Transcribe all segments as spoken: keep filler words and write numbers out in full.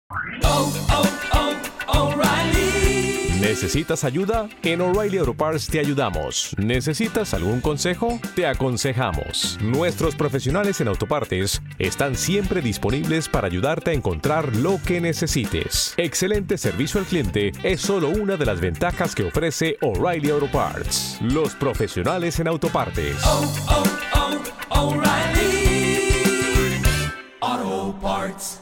Oh, oh, oh, O'Reilly. ¿Necesitas ayuda? En O'Reilly Auto Parts te ayudamos. ¿Necesitas algún consejo? Te aconsejamos. Nuestros profesionales en autopartes están siempre disponibles para ayudarte a encontrar lo que necesites. Excelente servicio al cliente es solo una de las ventajas que ofrece O'Reilly Auto Parts. Los profesionales en autopartes. Oh, oh, oh, O'Reilly Auto Parts.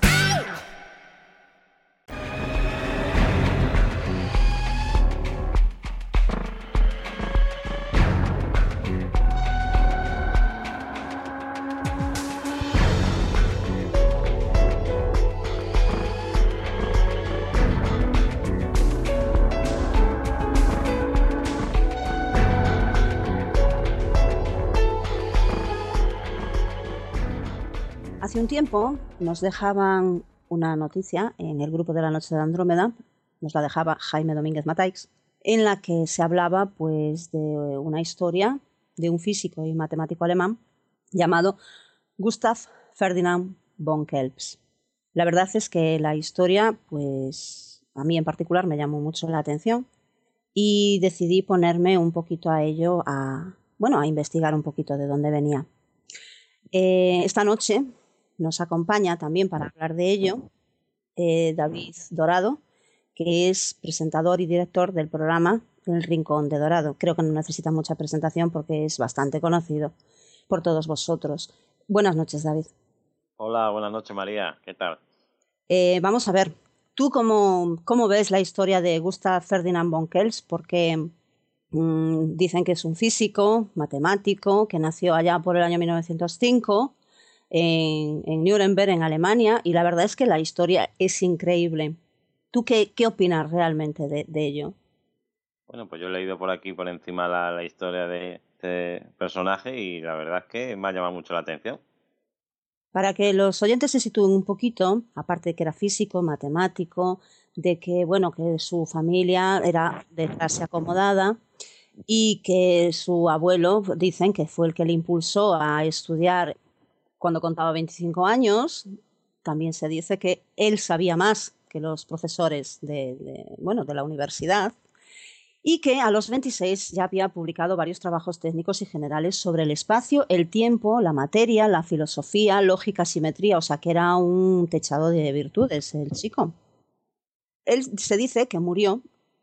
Hace un tiempo nos dejaban una noticia en el grupo de la Noche de Andrómeda, nos la dejaba Jaime Domínguez Mataix, en la que se hablaba pues de una historia de un físico y matemático alemán llamado Gustav Ferdinand von Kelps. La verdad es que la historia, pues a mí en particular me llamó mucho la atención y decidí ponerme un poquito a ello, a, bueno, a investigar un poquito de dónde venía. Eh, esta noche nos acompaña también para hablar de ello eh, David Dorado, que es presentador y director del programa El Rincón de Dorado. Creo que no necesita mucha presentación porque es bastante conocido por todos vosotros. Buenas noches, David. Hola, buenas noches, María. ¿Qué tal? Eh, vamos a ver, ¿tú cómo, cómo ves la historia de Gustav Ferdinand von Kelps? Porque mmm, dicen que es un físico, matemático, que nació allá por el año mil novecientos cinco en, en Nuremberg, en Alemania, y la verdad es que la historia es increíble. ¿Tú qué, qué opinas realmente de, de ello? Bueno, pues yo he leído por aquí por encima la, la historia de este personaje y la verdad es que me ha llamado mucho la atención. Para que los oyentes se sitúen un poquito, aparte de que era físico, matemático, de que, bueno, que su familia era de clase acomodada y que su abuelo, dicen que fue el que le impulsó a estudiar cuando contaba veinticinco años. También se dice que él sabía más que los profesores de, de, bueno, de la universidad, y que a los veintiséis ya había publicado varios trabajos técnicos y generales sobre el espacio, el tiempo, la materia, la filosofía, lógica, simetría, o sea que era un techado de virtudes el chico. Él se dice que murió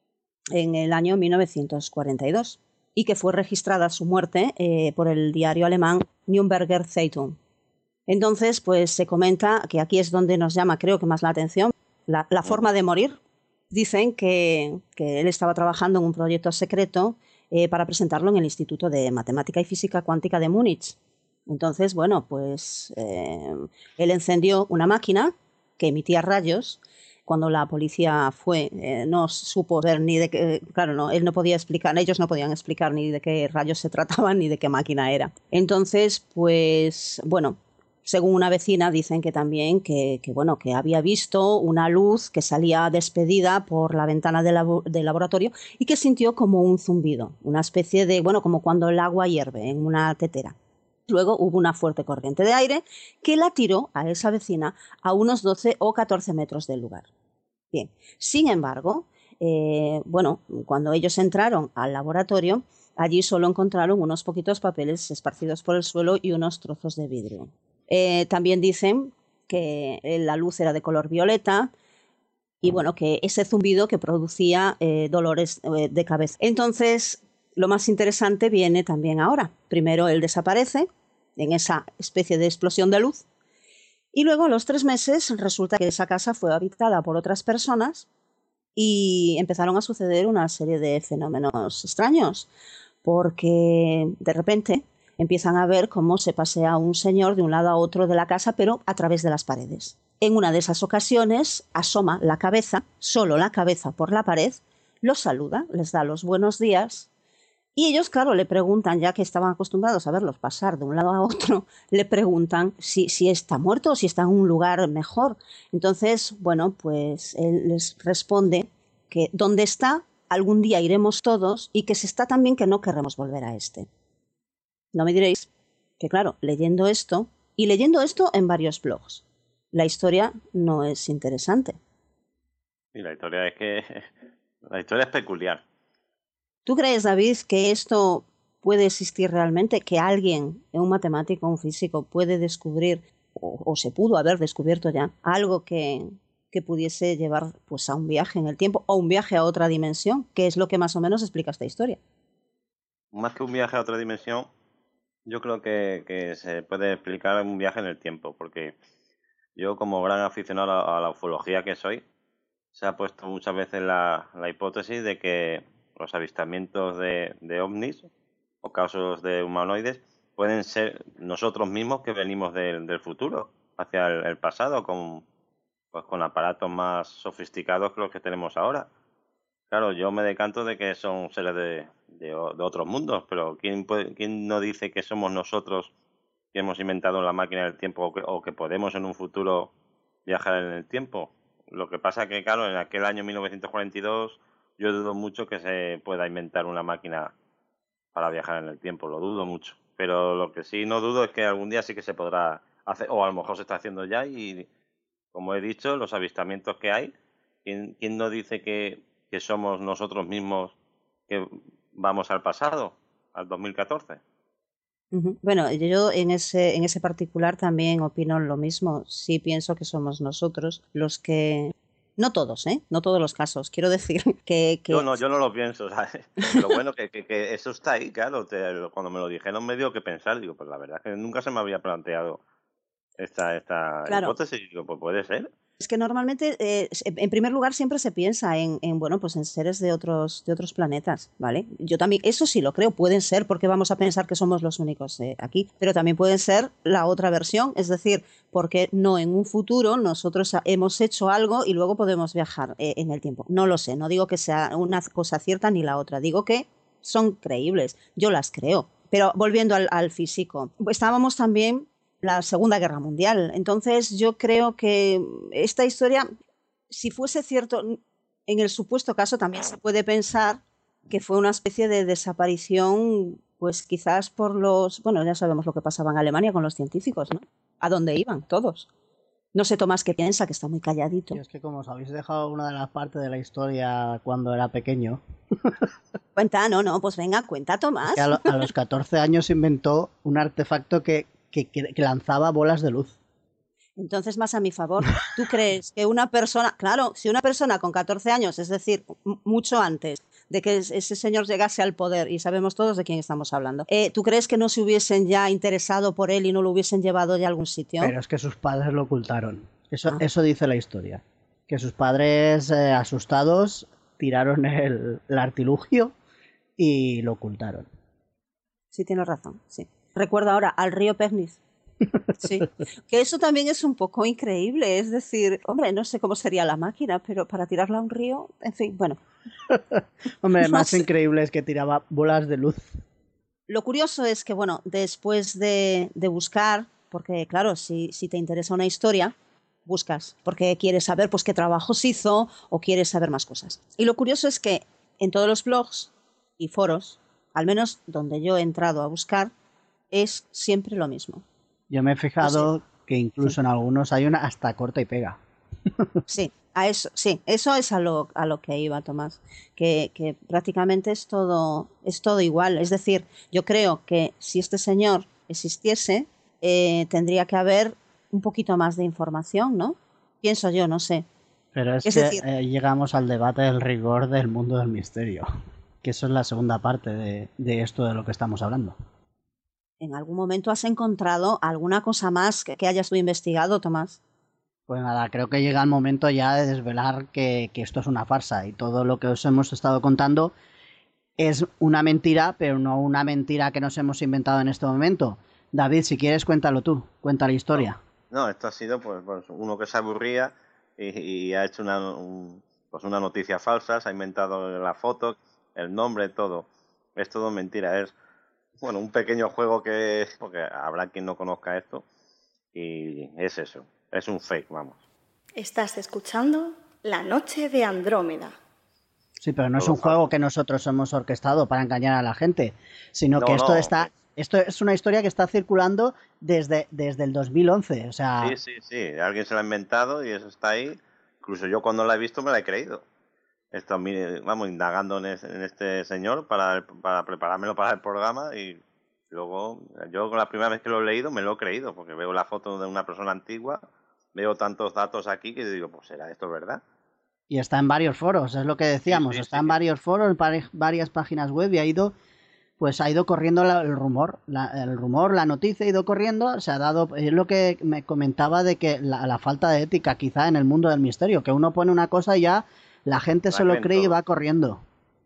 en el año mil novecientos cuarenta y dos y que fue registrada su muerte eh, por el diario alemán Nürnberger Zeitung. Entonces, pues se comenta que aquí es donde nos llama, creo que más la atención, la, la forma de morir. Dicen que, que él estaba trabajando en un proyecto secreto eh, para presentarlo en el Instituto de Matemática y Física Cuántica de Múnich. Entonces, bueno, pues eh, él encendió una máquina que emitía rayos. Cuando la policía fue, eh, no supo ver ni de qué, claro, no, él no podía explicar, ellos no podían explicar ni de qué rayos se trataban ni de qué máquina era. Entonces, pues, bueno, según una vecina dicen que también que, que, bueno, que había visto una luz que salía despedida por la ventana del, labo del laboratorio y que sintió como un zumbido, una especie de, bueno, como cuando el agua hierve en una tetera. Luego hubo una fuerte corriente de aire que la tiró a esa vecina a unos doce o catorce metros del lugar. Bien, sin embargo, eh, bueno, cuando ellos entraron al laboratorio, allí solo encontraron unos poquitos papeles esparcidos por el suelo y unos trozos de vidrio. Eh, también dicen que la luz era de color violeta y bueno, que ese zumbido que producía eh, dolores eh, de cabeza. Entonces, lo más interesante viene también ahora. Primero él desaparece en esa especie de explosión de luz y luego a los tres meses resulta que esa casa fue habitada por otras personas y empezaron a suceder una serie de fenómenos extraños porque de repente empiezan a ver cómo se pasea un señor de un lado a otro de la casa, pero a través de las paredes. En una de esas ocasiones asoma la cabeza, solo la cabeza por la pared, los saluda, les da los buenos días y ellos, claro, le preguntan, ya que estaban acostumbrados a verlos pasar de un lado a otro, le preguntan si, si está muerto o si está en un lugar mejor. Entonces, bueno, pues él les responde que donde está algún día iremos todos y que si está tan bien que no querremos volver a este. No me diréis que, claro, leyendo esto, y leyendo esto en varios blogs, la historia no es interesante. Y la historia es que la historia es peculiar. ¿Tú crees, David, que esto puede existir realmente? ¿Que alguien, un matemático, un físico, puede descubrir, o, o se pudo haber descubierto ya, algo que, que pudiese llevar pues, a un viaje en el tiempo o un viaje a otra dimensión? Que es lo que más o menos explica esta historia. Más que un viaje a otra dimensión, yo creo que, que se puede explicar un viaje en el tiempo, porque yo, como gran aficionado a la, a la ufología que soy, se ha puesto muchas veces la, la hipótesis de que los avistamientos de, de ovnis o casos de humanoides pueden ser nosotros mismos que venimos del, del futuro hacia el, el pasado con, pues, con aparatos más sofisticados que los que tenemos ahora. Claro, yo me decanto de que son seres de, de, de otros mundos, pero ¿quién, puede, ¿quién no dice que somos nosotros que hemos inventado la máquina del tiempo o que, o que podemos en un futuro viajar en el tiempo? Lo que pasa que, claro, en aquel año mil novecientos cuarenta y dos yo dudo mucho que se pueda inventar una máquina para viajar en el tiempo, lo dudo mucho. Pero lo que sí no dudo es que algún día sí que se podrá hacer, o a lo mejor se está haciendo ya y, como he dicho, los avistamientos que hay, ¿quién, quién no dice que, que somos nosotros mismos que vamos al pasado, al dos mil catorce? Uh-huh. Bueno, yo en ese, en ese particular también opino lo mismo. Sí pienso que somos nosotros los que... No todos, ¿eh? No todos los casos. Quiero decir que... que... Yo no, yo no lo pienso, ¿sabes? Lo bueno que, que, que eso está ahí, claro. Te, cuando me lo dijeron me dio que pensar. Digo, pues la verdad es que nunca se me había planteado esta, esta Claro. hipótesis. Digo, pues puede ser. Es que normalmente, eh, en primer lugar, siempre se piensa en, en, bueno, pues en seres de otros, de otros planetas, ¿vale? Yo también, eso sí lo creo, pueden ser, porque vamos a pensar que somos los únicos eh, aquí, pero también pueden ser la otra versión, es decir, porque no en un futuro nosotros hemos hecho algo y luego podemos viajar eh, en el tiempo. No lo sé, no digo que sea una cosa cierta ni la otra, digo que son creíbles, yo las creo. Pero volviendo al, al físico, estábamos también... la Segunda Guerra Mundial. Entonces yo creo que esta historia, si fuese cierto, en el supuesto caso también se puede pensar que fue una especie de desaparición, pues quizás por los... Bueno, ya sabemos lo que pasaba en Alemania con los científicos, ¿no? ¿A dónde iban todos? No sé, Tomás, qué piensa, que está muy calladito. Y es que como os habéis dejado una de las partes de la historia cuando era pequeño... Cuenta, no, no, pues venga, cuenta, Tomás. Es que a, lo, a los catorce años inventó un artefacto que... Que, que, que lanzaba bolas de luz. Entonces, más a mi favor, ¿tú crees que una persona, claro, si una persona con catorce años, es decir, mucho antes de que ese señor llegase al poder, y sabemos todos de quién estamos hablando, eh, ¿tú crees que no se hubiesen ya interesado por él y no lo hubiesen llevado ya a algún sitio? Pero es que sus padres lo ocultaron. Eso, ah. eso dice la historia. Que sus padres, eh, asustados, tiraron el, el artilugio y lo ocultaron. Sí, tienes razón, sí. Recuerdo ahora al río Pernis. Sí, que eso también es un poco increíble, es decir, hombre, no sé cómo sería la máquina, pero para tirarla a un río, en fin, bueno. Hombre, no más sé. Increíble es que tiraba bolas de luz. Lo curioso es que, bueno, después de, de buscar, porque claro, si, si te interesa una historia, buscas, porque quieres saber pues qué trabajos hizo o quieres saber más cosas. Y lo curioso es que en todos los blogs y foros, al menos donde yo he entrado a buscar, es siempre lo mismo. Yo me he fijado sí. que incluso sí. en algunos hay una hasta corta y pega. Sí, a eso, sí, eso es a lo, a lo que iba, Tomás, que, que prácticamente es todo, es todo igual. Es decir, yo creo que si este señor existiese, eh, tendría que haber un poquito más de información, ¿no? Pienso yo, no sé. Pero es, es que decir, eh, llegamos al debate del rigor del mundo del misterio, que eso es la segunda parte de, de esto de lo que estamos hablando. ¿En algún momento has encontrado alguna cosa más que, que hayas tú investigado, Tomás? Pues nada, creo que llega el momento ya de desvelar que, que esto es una farsa y todo lo que os hemos estado contando es una mentira, pero no una mentira que nos hemos inventado en este momento. David, si quieres, cuéntalo tú, cuenta la historia. No, no esto ha sido pues, pues uno que se aburría y, y ha hecho una, un, pues una noticia falsa, se ha inventado la foto, el nombre, todo. Es todo mentira, es... Bueno, un pequeño juego que, porque habrá quien no conozca esto, y es eso, es un fake, vamos. Estás escuchando La Noche de Andrómeda. Sí, pero no es un juego que nosotros hemos orquestado para engañar a la gente, sino no, que esto no. está, esto es una historia que está circulando desde, desde el dos mil once, o sea... Sí, sí, sí, alguien se lo ha inventado y eso está ahí, incluso yo cuando la he visto me la he creído. Esto, vamos, indagando en, es, en este señor para, para preparármelo para el programa y luego, yo la primera vez que lo he leído me lo he creído, porque veo la foto de una persona antigua, veo tantos datos aquí que digo, pues será esto verdad. Y está en varios foros, es lo que decíamos, sí, sí, está sí, en varios foros, en varias páginas web y ha ido, pues ha ido corriendo la, el rumor, la, el rumor, la noticia ha ido corriendo, se ha dado, es lo que me comentaba de que la, la falta de ética quizá en el mundo del misterio, que uno pone una cosa y ya la gente se lo cree y va corriendo.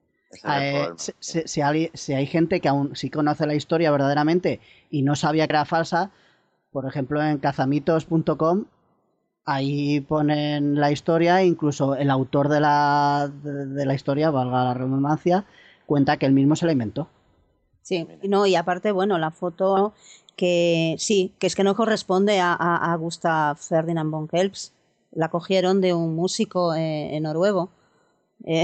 Eh, si, si, si, hay, si hay gente que aún sí conoce la historia verdaderamente y no sabía que era falsa, por ejemplo en cazamitos punto com, ahí ponen la historia, incluso el autor de la, de, de la historia, valga la redundancia, cuenta que él mismo se la inventó. Sí, no, y aparte, bueno, la foto que sí, que es que no corresponde a, a, a Gustav Ferdinand von Kelps, la cogieron de un músico eh, en noruego. Eh,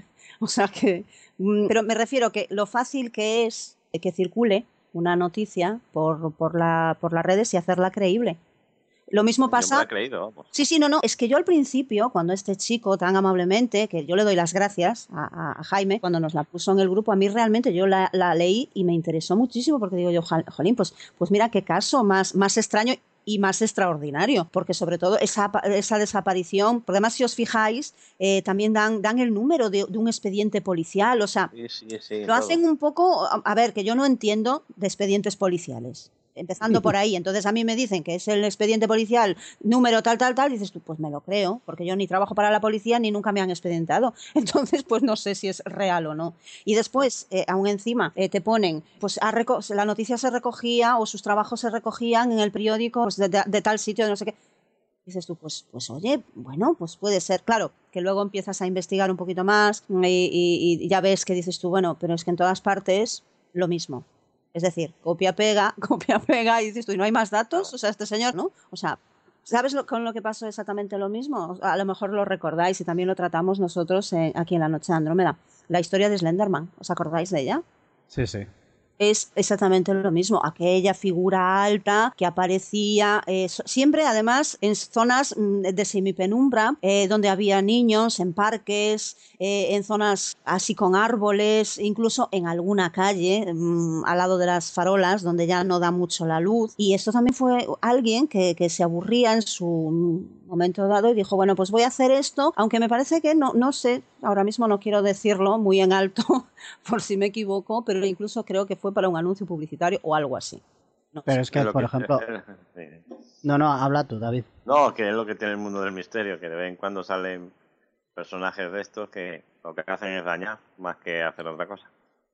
o sea que, pero me refiero que lo fácil que es que circule una noticia por, por, la, por las redes y hacerla creíble. Lo mismo pasa... Yo me la he creído, vamos. Sí, sí, no, no. Es que yo al principio, cuando este chico tan amablemente, que yo le doy las gracias a, a, a Jaime, cuando nos la puso en el grupo, a mí realmente yo la, la leí y me interesó muchísimo porque digo yo, jolín, pues, pues mira qué caso más, más extraño y más extraordinario, porque sobre todo esa, esa desaparición, porque además si os fijáis, eh, también dan, dan el número de, de un expediente policial, o sea, sí, sí, sí, lo todo. hacen un poco, a, a ver, que yo no entiendo de expedientes policiales. Empezando por ahí, entonces a mí me dicen que es el expediente policial número tal, tal, tal, y dices tú, pues me lo creo, porque yo ni trabajo para la policía ni nunca me han expedientado, entonces pues no sé si es real o no. Y después, eh, aún encima, eh, te ponen, pues a la noticia se recogía o sus trabajos se recogían en el periódico pues, de, de, de tal sitio, de no sé qué. Dices tú, pues, pues oye, bueno, pues puede ser. Claro, que luego empiezas a investigar un poquito más y, y, y ya ves que dices tú, bueno, pero es que en todas partes lo mismo. Es decir, copia, pega, copia, pega, y dices tú, ¿y no hay más datos? O sea, este señor, ¿no? O sea, ¿sabes lo, con lo que pasó exactamente lo mismo? A lo mejor lo recordáis y también lo tratamos nosotros eh, aquí en La Noche de Andrómeda. La historia de Slenderman, ¿os acordáis de ella? Sí, sí. Es exactamente lo mismo, aquella figura alta que aparecía eh, siempre además en zonas de semipenumbra, eh, donde había niños, en parques, eh, en zonas así con árboles, incluso en alguna calle, mmm, al lado de las farolas, donde ya no da mucho la luz. Y esto también fue alguien que, que se aburría en su momento dado y dijo, bueno, pues voy a hacer esto, aunque me parece que, no, no sé, ahora mismo no quiero decirlo muy en alto, por si me equivoco, pero incluso creo que fue para un anuncio publicitario o algo así. No pero sé. es que, por que... ejemplo... sí. No, no, habla tú, David. No, que es lo que tiene el mundo del misterio, que de vez en cuando salen personajes de estos que lo que hacen es dañar más que hacer otra cosa.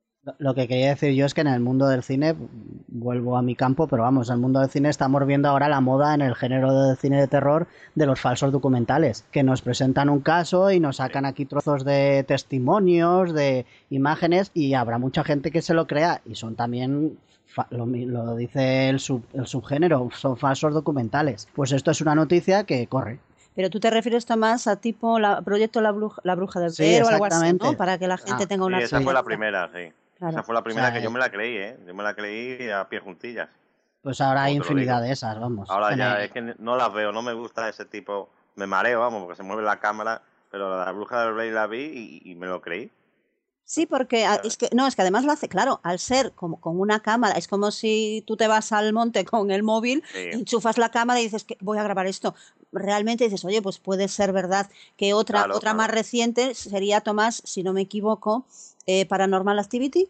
Lo que quería decir yo es que en el mundo del cine, vuelvo a mi campo, pero vamos, en el mundo del cine estamos viendo ahora la moda en el género de cine de terror de los falsos documentales, que nos presentan un caso y nos sacan aquí trozos de testimonios, de imágenes, y habrá mucha gente que se lo crea, y son también, lo, lo dice el, sub, el subgénero, son falsos documentales. Pues esto es una noticia que corre. Pero tú te refieres, Tomás, a tipo la, proyecto La Bruja, la bruja del sí, Ver o algo así, ¿no? exactamente. Para que la gente Ah, tenga una... Sí, esa sí. fue la primera, sí. Claro. Esa fue la primera O sea, que yo me la creí, ¿eh? Yo me la creí a pie juntillas. Pues ahora hay Como te lo infinidad digo. de esas, vamos. Ahora En ya el- es que no las veo, no me gusta ese tipo, me mareo, vamos, porque se mueve la cámara, pero la bruja del Rey la vi y, y me lo creí. Sí, porque ah, es que no, es que además lo hace, claro, al ser como con una cámara, es como si tú te vas al monte con el móvil, Sí. enchufas la cámara y dices que voy a grabar esto. Realmente dices, oye, pues puede ser verdad que otra, Claro, otra claro. más reciente sería, Tomás, si no me equivoco, eh, Paranormal Activity.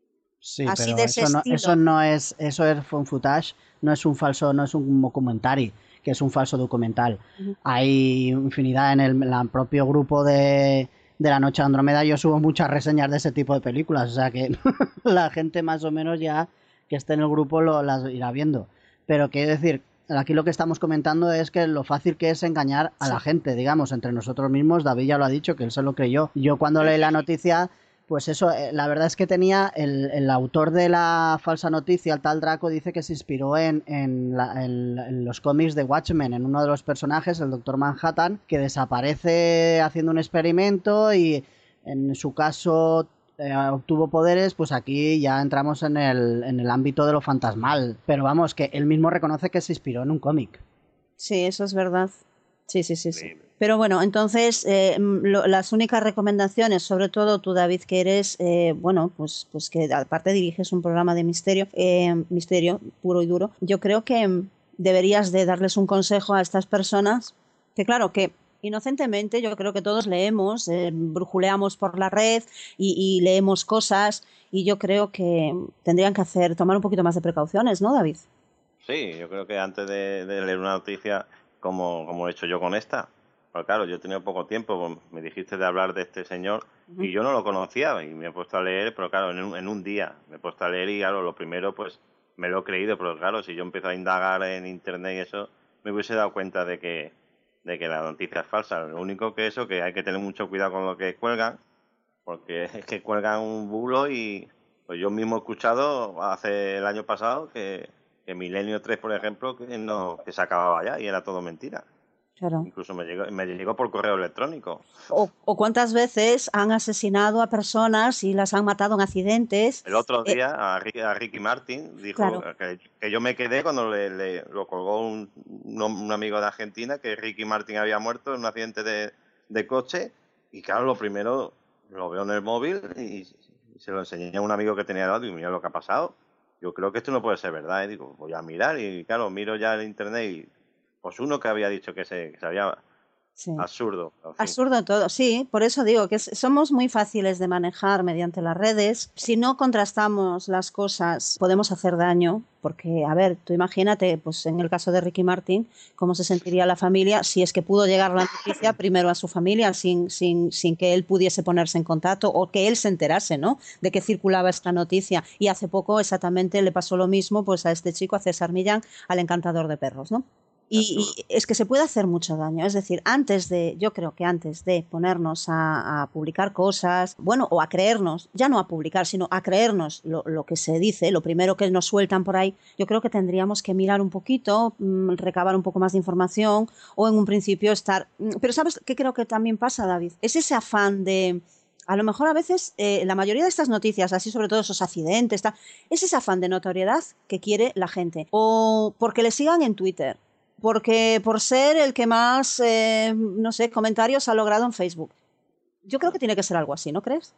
Sí, Así pero de ese eso no, estilo. eso no es, eso es un footage, no es un falso, no es un documentary, que es un falso documental. Ujú. Hay infinidad en el, en el propio grupo de, de La Noche de Andrómeda, yo subo muchas reseñas de ese tipo de películas, o sea que la gente más o menos ya que esté en el grupo lo, las irá viendo. Pero quiero decir, aquí lo que estamos comentando es que lo fácil que es engañar a Sí. la gente, digamos, entre nosotros mismos. David ya lo ha dicho, que él se lo creyó. Yo cuando Sí, leí sí, la sí. noticia, pues eso, eh, la verdad es que tenía el, el autor de la falsa noticia, el tal Draco, dice que se inspiró en, en, la- en- en los cómics de Watchmen, en uno de los personajes, el Doctor Manhattan, que desaparece haciendo un experimento y en su caso eh, obtuvo poderes. Pues aquí ya entramos en el, en el ámbito de lo fantasmal. Pero vamos, que él mismo reconoce que se inspiró en un cómic. Sí, eso es verdad. Sí, sí, sí, sí. Increíble. Pero bueno, entonces eh, lo, las únicas recomendaciones, sobre todo tú, David, que eres, eh, bueno, pues, pues que aparte diriges un programa de misterio, eh, misterio puro y duro, yo creo que deberías de darles un consejo a estas personas, que claro, que inocentemente yo creo que todos leemos, eh, brujuleamos por la red y, y leemos cosas y yo creo que tendrían que hacer, tomar un poquito más de precauciones, ¿no, David? Sí, yo creo que antes de, de leer una noticia, como, como he hecho yo con esta, pues claro, yo he tenido poco tiempo, pues me dijiste de hablar de este señor Ujú. y yo no lo conocía y me he puesto a leer, pero claro, en un, en un día me he puesto a leer y claro, lo primero pues me lo he creído, pero claro, si yo empiezo a indagar en internet y eso, me hubiese dado cuenta de que, de que la noticia es falsa. Lo único que eso, que hay que tener mucho cuidado con lo que cuelgan, porque es que cuelgan un bulo y pues yo mismo he escuchado hace el año pasado que, que Milenio tres, por ejemplo, que no que se acababa ya y era todo mentira. Claro. Incluso me llegó, me llegó por correo electrónico. O, o cuántas veces han asesinado a personas y las han matado en accidentes. El otro Eh, día a, Ricky, a Ricky Martin dijo claro, que, que yo me quedé cuando le, le- lo colgó un, un, un amigo de Argentina, que Ricky Martin había muerto en un accidente de, de coche. Y claro, lo primero lo veo en el móvil y, y se lo enseñé a un amigo que tenía al lado y mira lo que ha pasado. Yo creo que esto no puede ser verdad. Y digo, voy a mirar y claro, miro ya el internet y pues uno que había dicho que se, que se había... sí. Absurdo, en fin. Absurdo todo, sí, por eso digo que es- somos muy fáciles de manejar mediante las redes. Si no contrastamos las cosas, podemos hacer daño, porque, a ver, tú imagínate, pues en el caso de Ricky Martin, cómo se sentiría la familia si es que pudo llegar la noticia primero a su familia sin, sin, sin que él pudiese ponerse en contacto o que él se enterase, ¿no? De que circulaba esta noticia. Y hace poco exactamente le pasó lo mismo pues a este chico, a César Millán, al encantador de perros, ¿no? Absurdo. Y, y es que se puede hacer mucho daño. Es decir, antes de, yo creo que antes de ponernos a, a publicar cosas, bueno, o a creernos, ya no a publicar, sino a creernos lo, lo que se dice, lo primero que nos sueltan por ahí, yo creo que tendríamos que mirar un poquito, mmm, recabar un poco más de información o en un principio estar... mm, Pero ¿sabes qué creo que también pasa, David? Es ese afán de... A lo mejor a veces eh, la mayoría de estas noticias, así sobre todo esos accidentes, ta- es ese afán de notoriedad que quiere la gente. O porque le sigan en Twitter, porque por ser el que más, eh, no sé, comentarios ha logrado en Facebook. Yo creo que tiene que ser algo así, ¿no crees?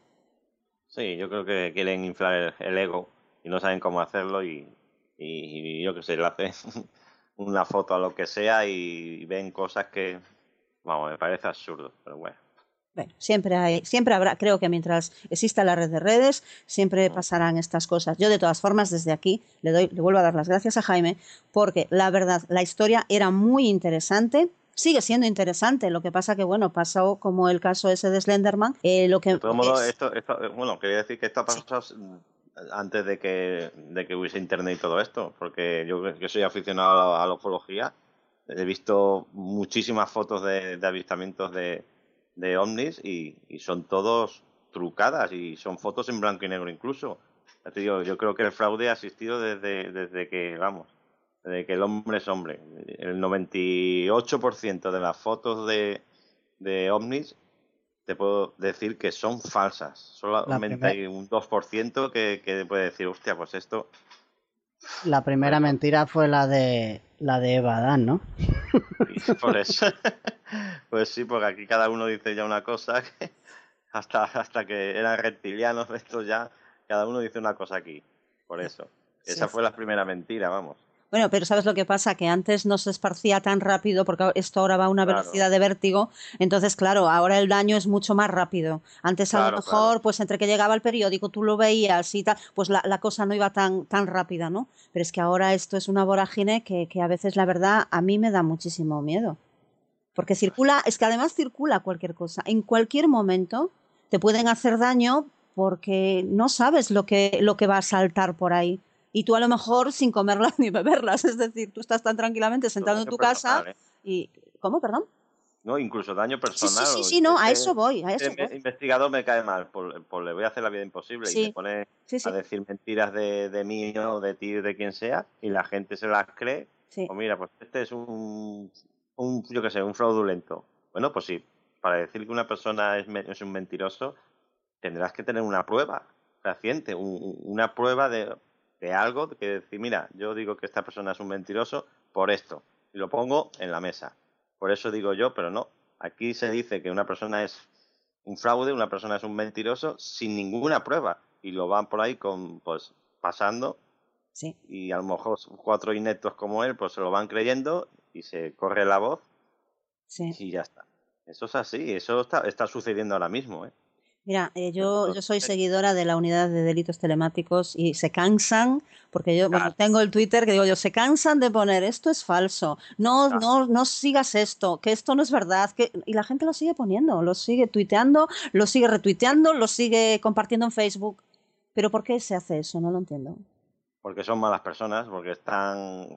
Sí, yo creo que quieren inflar el, el ego y no saben cómo hacerlo y, y, y yo qué sé, le hacen una foto a lo que sea y ven cosas que, vamos, me parece absurdo, pero bueno. Bueno, siempre hay, siempre habrá, creo que mientras exista la red de redes, siempre Mm. pasarán estas cosas. Yo, de todas formas, desde aquí le doy, le vuelvo a dar las gracias a Jaime, porque la verdad, la historia era muy interesante. Sigue siendo interesante, lo que pasa que, bueno, pasó como el caso ese de Slenderman, eh, lo De que todos modos, es... esto, esto, eh, bueno, quería decir que esto ha Sí, pasado mm, antes de que, de que hubiese internet y todo esto, porque yo que soy aficionado a la, a la ufología, he visto muchísimas fotos de, de avistamientos de, de ovnis y, y son todos trucadas y son fotos en blanco y negro incluso. Ya te digo, yo creo que el fraude ha existido desde, desde que, vamos, desde que el hombre es hombre. El noventa y ocho por ciento de las fotos de, de ovnis te puedo decir que son falsas. La, Solamente primer- hay un dos por ciento que, que puede decir, hostia, pues esto... la Por primera eso. mentira fue la de la de Eva Adán, ¿no? Y por eso. Pues sí, porque aquí cada uno dice ya una cosa que hasta, hasta que eran reptilianos estos ya, cada uno dice una cosa aquí. Por eso. sí, Esa fue la primera mentira, vamos. bueno, pero ¿sabes lo que pasa? Que antes no se esparcía tan rápido porque esto ahora va a una Claro, velocidad de vértigo. Entonces, claro, ahora el daño es mucho más rápido. Antes a lo claro, claro. mejor, pues entre que llegaba el periódico, tú lo veías y tal, pues la, la cosa no iba tan, tan rápida, ¿no? Pero es que ahora esto es una vorágine que, que a veces, la verdad, a mí me da muchísimo miedo. Porque circula, es que además circula cualquier cosa. En cualquier momento te pueden hacer daño porque no sabes lo que, lo que va a saltar por ahí. Y tú a lo mejor sin comerlas ni beberlas. Es decir, tú estás tan tranquilamente Incluso sentado en daño tu casa personal, ¿eh? y... ¿Cómo, perdón? No, incluso daño Sí, sí, sí, personal. sí, no, a Este, eso voy, a este eso me- voy. investigador me cae mal, pues, pues le voy a hacer la vida imposible y me Sí, pone sí, a sí, decir mentiras de, de mí o de ti, de quien sea, y la gente se las cree. sí. Pues mira, pues este es un, un yo qué sé, un fraudulento. Bueno, pues sí, para decir que una persona es, me- es un mentiroso, tendrás que tener una prueba fehaciente, un- un- una prueba de, de algo que decir, mira, yo digo que esta persona es un mentiroso por esto, y lo pongo en la mesa. Por eso digo yo, pero no. Aquí se dice que una persona es un fraude, una persona es un mentiroso sin ninguna prueba y lo van por ahí con pues pasando Sí. y a lo mejor cuatro ineptos como él pues se lo van creyendo y se corre la voz Sí. y ya está. Eso es así, eso está, está sucediendo ahora mismo, ¿eh? Mira, eh, yo, yo soy seguidora de la unidad de delitos telemáticos y se cansan, porque yo bueno, Claro. tengo el Twitter que digo yo, se cansan de poner esto es falso, no, Claro. no, no sigas esto, que esto no es verdad, que... y la gente lo sigue poniendo, lo sigue tuiteando, lo sigue retuiteando, lo sigue compartiendo en Facebook. ¿Pero por qué se hace eso? No lo entiendo. Porque son malas personas, porque están...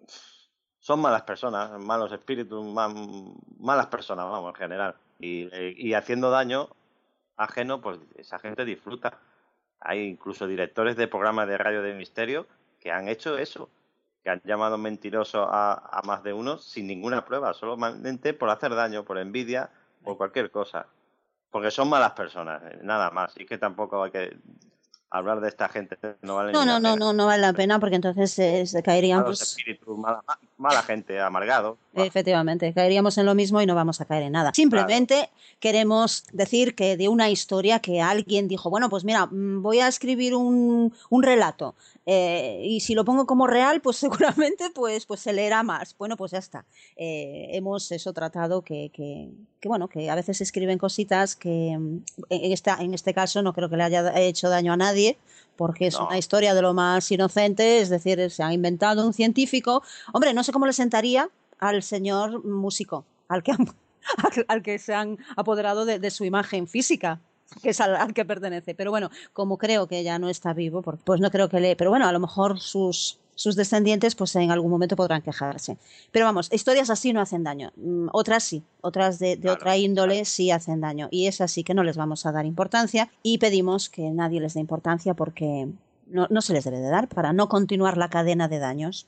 Son malas personas, malos espíritus, ma- malas personas, vamos, en general. Y, y haciendo daño ajeno, pues esa gente disfruta. Hay incluso directores de programas de radio de misterio que han hecho eso, que han llamado mentiroso a, a más de uno sin ninguna prueba, solamente por hacer daño, por envidia, por cualquier cosa. Porque son malas personas, nada más. Y que tampoco hay que hablar de esta gente, no vale No, ni no, la no, pena. no, no vale la pena porque entonces eh, se caerían Malos pues, espíritus, mala, mala gente, amargado. efectivamente, caeríamos en lo mismo y no vamos a caer en nada. Simplemente queremos decir que de una historia que alguien dijo, bueno, pues mira, mm, voy a escribir un, un relato eh, y si lo pongo como real, pues seguramente pues, pues se leerá más. Bueno, pues ya está. Eh, hemos eso tratado que, que, que, bueno, que a veces se escriben cositas que mm, en, esta, en este caso no creo que le haya hecho daño a nadie porque es No. una historia de lo más inocente, es decir, se ha inventado un científico. Hombre, no sé cómo le sentaría al señor músico, al que, han- al, al que se han apoderado de, de su imagen física, que es al, al que pertenece. Pero bueno, como creo que ya no está vivo, por- pues no creo que le... Pero bueno, a lo mejor sus, sus descendientes pues en algún momento podrán quejarse. Pero vamos, historias así no hacen daño. Mm, Otras sí, otras de, de Claro, otra índole sí hacen daño. Y es así que no les vamos a dar importancia y pedimos que nadie les dé importancia porque no, no se les debe de dar para no continuar la cadena de daños.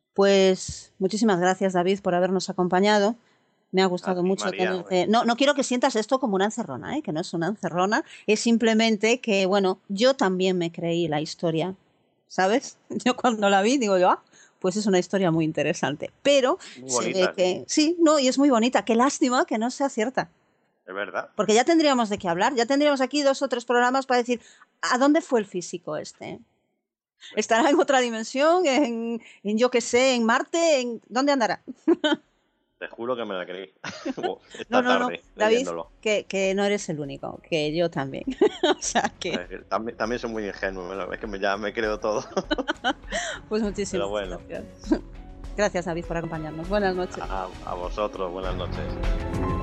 Pues muchísimas gracias, David, por habernos acompañado. Me ha gustado A ti, mucho María, tenerte. No, no quiero que sientas esto como una encerrona, ¿eh? Que no es una encerrona, es simplemente que, bueno, yo también me creí la historia, ¿sabes? Yo cuando la vi digo yo, ah, pues es una historia muy interesante. Pero muy se ve bonita, que sí, no, y es muy bonita. Qué lástima que no sea cierta. es verdad. Porque ya tendríamos de qué hablar, ya tendríamos aquí dos o tres programas para decir, ¿a dónde fue el físico este? ¿Estará en otra dimensión? ¿En, en yo qué sé, en Marte? ¿En dónde andará? Te juro que me la creí. No, Esta no, no, tarde, David, leyéndolo. que, que no eres el único, que yo también. O sea que, Eh, También, también soy muy ingenuo, ¿no? Es que me, ya me creo todo. pues muchísimas Pero bueno. gracias. Gracias, David, por acompañarnos. Buenas noches. A, a vosotros, buenas noches.